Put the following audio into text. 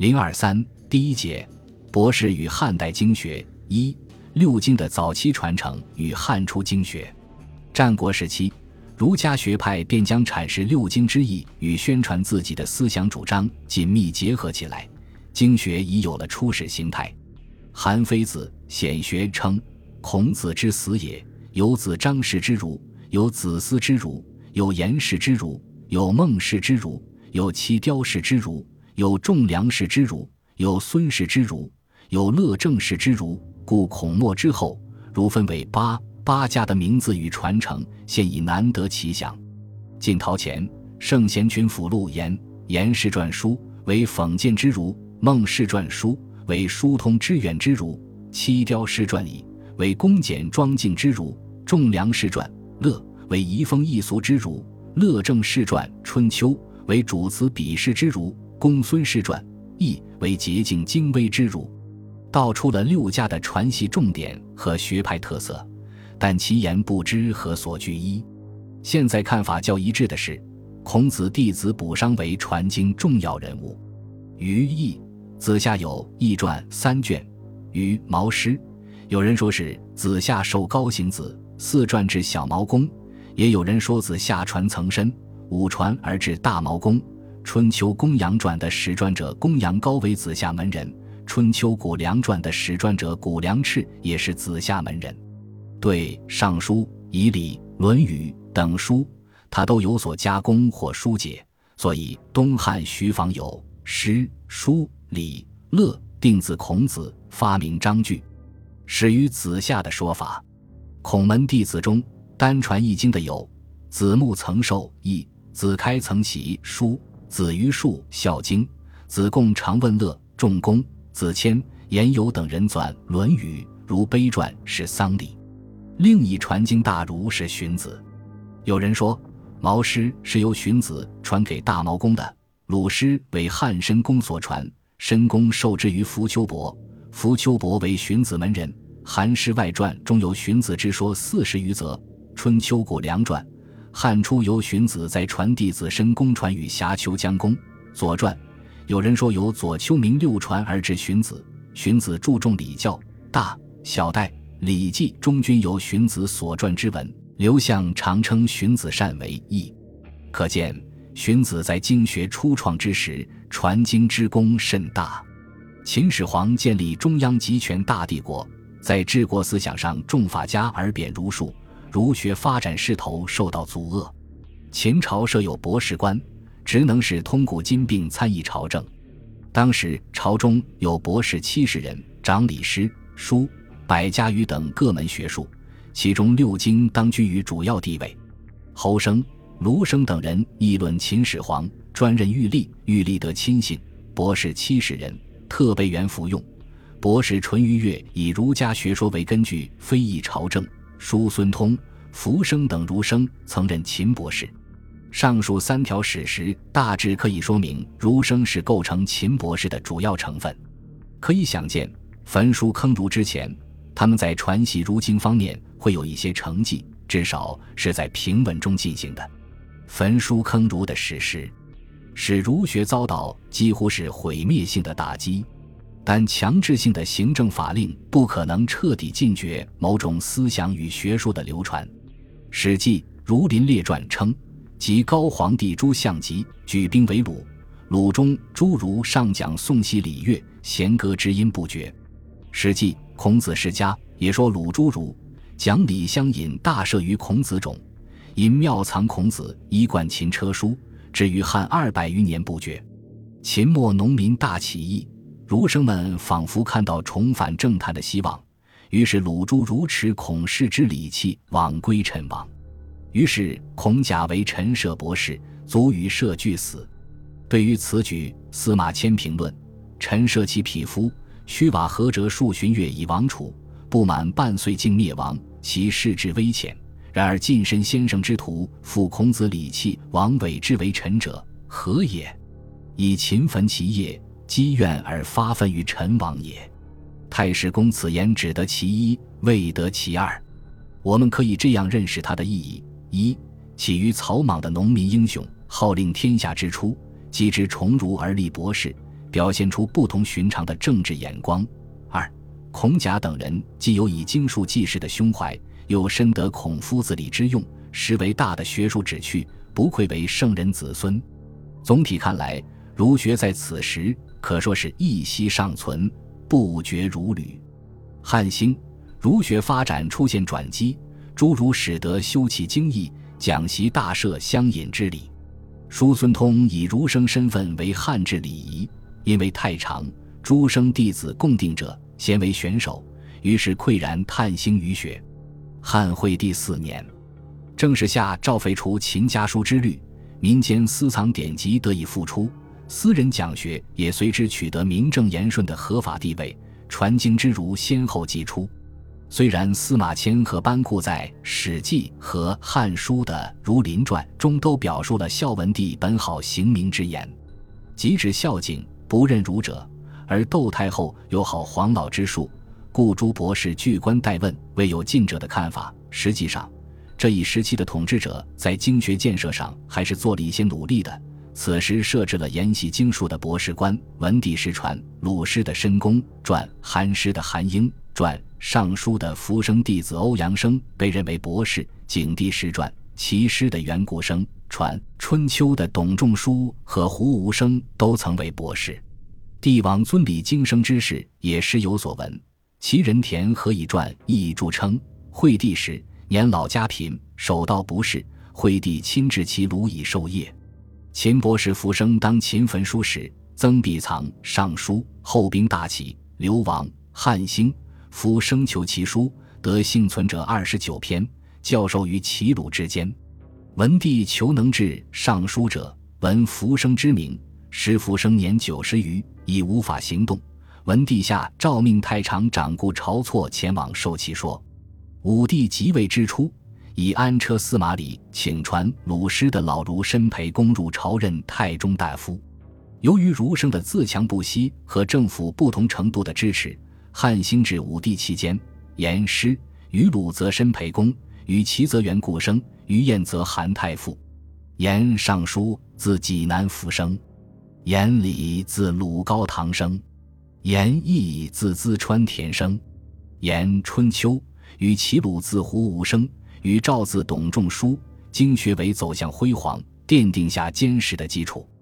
023第一节，博士与汉代经学。一、六经的早期传承与汉初经学。战国时期，儒家学派便将阐释六经之意与宣传自己的思想主张紧密结合起来，经学已有了初始形态。韩非子显学称，孔子之死也，有子张氏之儒，有子思之儒，有颜氏之儒，有孟氏之儒，有戚雕氏之儒，有仲梁氏之儒，有孙氏之儒，有乐正氏之儒，故孔墨之后，儒分为八家的名字与传承，现已难得其详。晋陶前，圣贤群附录颜氏传书为讽谏之儒，孟氏传书为疏通之远之儒，戚雕氏传仪为恭俭庄敬之儒，仲梁氏传乐为移风易俗之儒，乐正氏传春秋为主词比试之儒，公孙氏传义为洁净精微之儒，道出了六家的传习重点和学派特色，但其言不知何所据一。现在看法较一致的是，孔子弟子卜商为传经重要人物。于易子夏有易传3卷，于毛诗，有人说是子夏受高行子4传至小毛公，也有人说子夏传曾参5传而至大毛公。春秋公羊传的始传者公羊高为子夏门人，春秋谷梁传的始传者谷梁赤也是子夏门人。对《尚书》《仪礼》《论语》等书，他都有所加工或疏解，所以东汉徐坊有诗、书、礼、乐定字孔子，发明章句，始于子夏的说法。孔门弟子中单传易经的有子木曾受易，子开曾习书，子于述孝经，子贡常问乐仲弓，子谦颜由等人纂《论语》，如碑传是丧礼。另一传经大儒是荀子。有人说毛诗是由荀子传给大毛公的，鲁诗为汉申公所传，申公受之于扶丘伯，扶丘伯为荀子门人。韩诗外传中有荀子之说40余则，春秋谷梁传，汉初由荀子在传弟子申公传与瑕丘姜公。左传有人说由左丘明6传而至荀子，荀子注重礼教，大、小代、礼记中均有荀子所传之文，刘向常称荀子善为义。可见荀子在经学初创之时，传经之功甚大。秦始皇建立中央集权大帝国，在治国思想上重法家而贬儒术，儒学发展势头受到阻遏。秦朝设有博士官，职能是通古今并参议朝政。当时朝中有博士70人，掌礼诗、书、百家语等各门学术，其中六经当居于主要地位。侯生、卢生等人议论秦始皇，专任御历，御历得亲信，博士70人，特备员服用。博士淳于越以儒家学说为根据，非议朝政。叔孙通、福生等儒生曾任秦博士。上述3条史实大致可以说明儒生是构成秦博士的主要成分。可以想见，焚书坑儒之前，他们在传习儒经方面会有一些成绩，至少是在平稳中进行的。焚书坑儒的史实使儒学遭到几乎是毁灭性的打击，但强制性的行政法令不可能彻底禁绝某种思想与学说的流传。史记《儒林列传》称，及高皇帝朱相吉举兵围鲁，鲁中诸儒上讲宋系礼乐，弦歌之音不绝。史记《孔子世家》也说鲁诸儒讲礼相引大赦于孔子冢，因妙藏孔子衣冠秦车书，至于汉200余年不绝。秦末农民大起义，儒生们仿佛看到重返政坛的希望，于是鲁诸儒持孔氏之礼器往归陈王。于是孔甲为陈涉博士，卒与涉俱死。对于此举，司马迁评论：陈涉其匹夫，虚瓦何折数旬月以亡楚，不满半岁竟灭亡，其事志微浅。然而近身先生之徒，复孔子礼器，王委之为臣者，何也？以勤焚其业，积怨而发愤于陈王也。太史公此言只得其一，未得其二。我们可以这样认识它的意义：一、起于草莽的农民英雄，号令天下之初，即之崇儒而立博士， 表现出不同寻常的政治眼光。二、孔甲等人既有以经术济世的胸怀，又深得孔夫子礼之用，实为大的学术旨趣，不愧为圣人子孙。总体看来，儒学在此时可说是一息尚存，不绝如缕。汉兴，儒学发展出现转机，诸儒始得修其经义，讲习大赦相引之礼。叔孙通以儒生身份为汉制礼仪，因为太长，诸生弟子共定者，先为选手，于是喟然探兴于学。汉惠帝4年，正是下诏废除秦家书之律，民间私藏典籍得以复出，私人讲学也随之取得名正言顺的合法地位，传经之儒先后继出。虽然司马迁和班固在《史记》和《汉书》的《儒林传》中都表述了孝文帝本好行名之言，即指孝敬不任儒者，而窦太后又好黄老之术，故诸博士据官待问，未有近者的看法。实际上，这一时期的统治者在经学建设上还是做了一些努力的。此时设置了研习经术的博士官，文帝实传，鲁师的申公传，韩师的韩英传，尚书的福生弟子欧阳生被认为博士，景帝实传，齐师的袁固生传，春秋的董仲舒和胡无生都曾为博士。帝王尊礼经生之事也时有所闻，其人田何以传亦著称。惠帝时年老家贫，手道不适，惠帝亲至其庐以授业。秦博士福生当秦焚书时，曾必藏尚书，后兵大起，流亡，汉兴，夫生求其书，得幸存者29篇，教授于齐鲁之间。文帝求能治尚书者，闻福生之名，时福生年90余，已无法行动。文帝下诏命太常掌故晁错前往授其说。武帝即位之初，以安车司马里请传鲁师的老儒申培公入朝任太中大夫。由于儒生的自强不息和政府不同程度的支持，汉兴至武帝期间，严师于鲁则申培公，于齐则袁固生，于燕则韩太傅。严尚书自济南福生，严礼自鲁高唐生，严义自淄川田生，严春秋与齐鲁自胡无生，与赵自董仲舒，经学为走向辉煌，奠定下坚实的基础。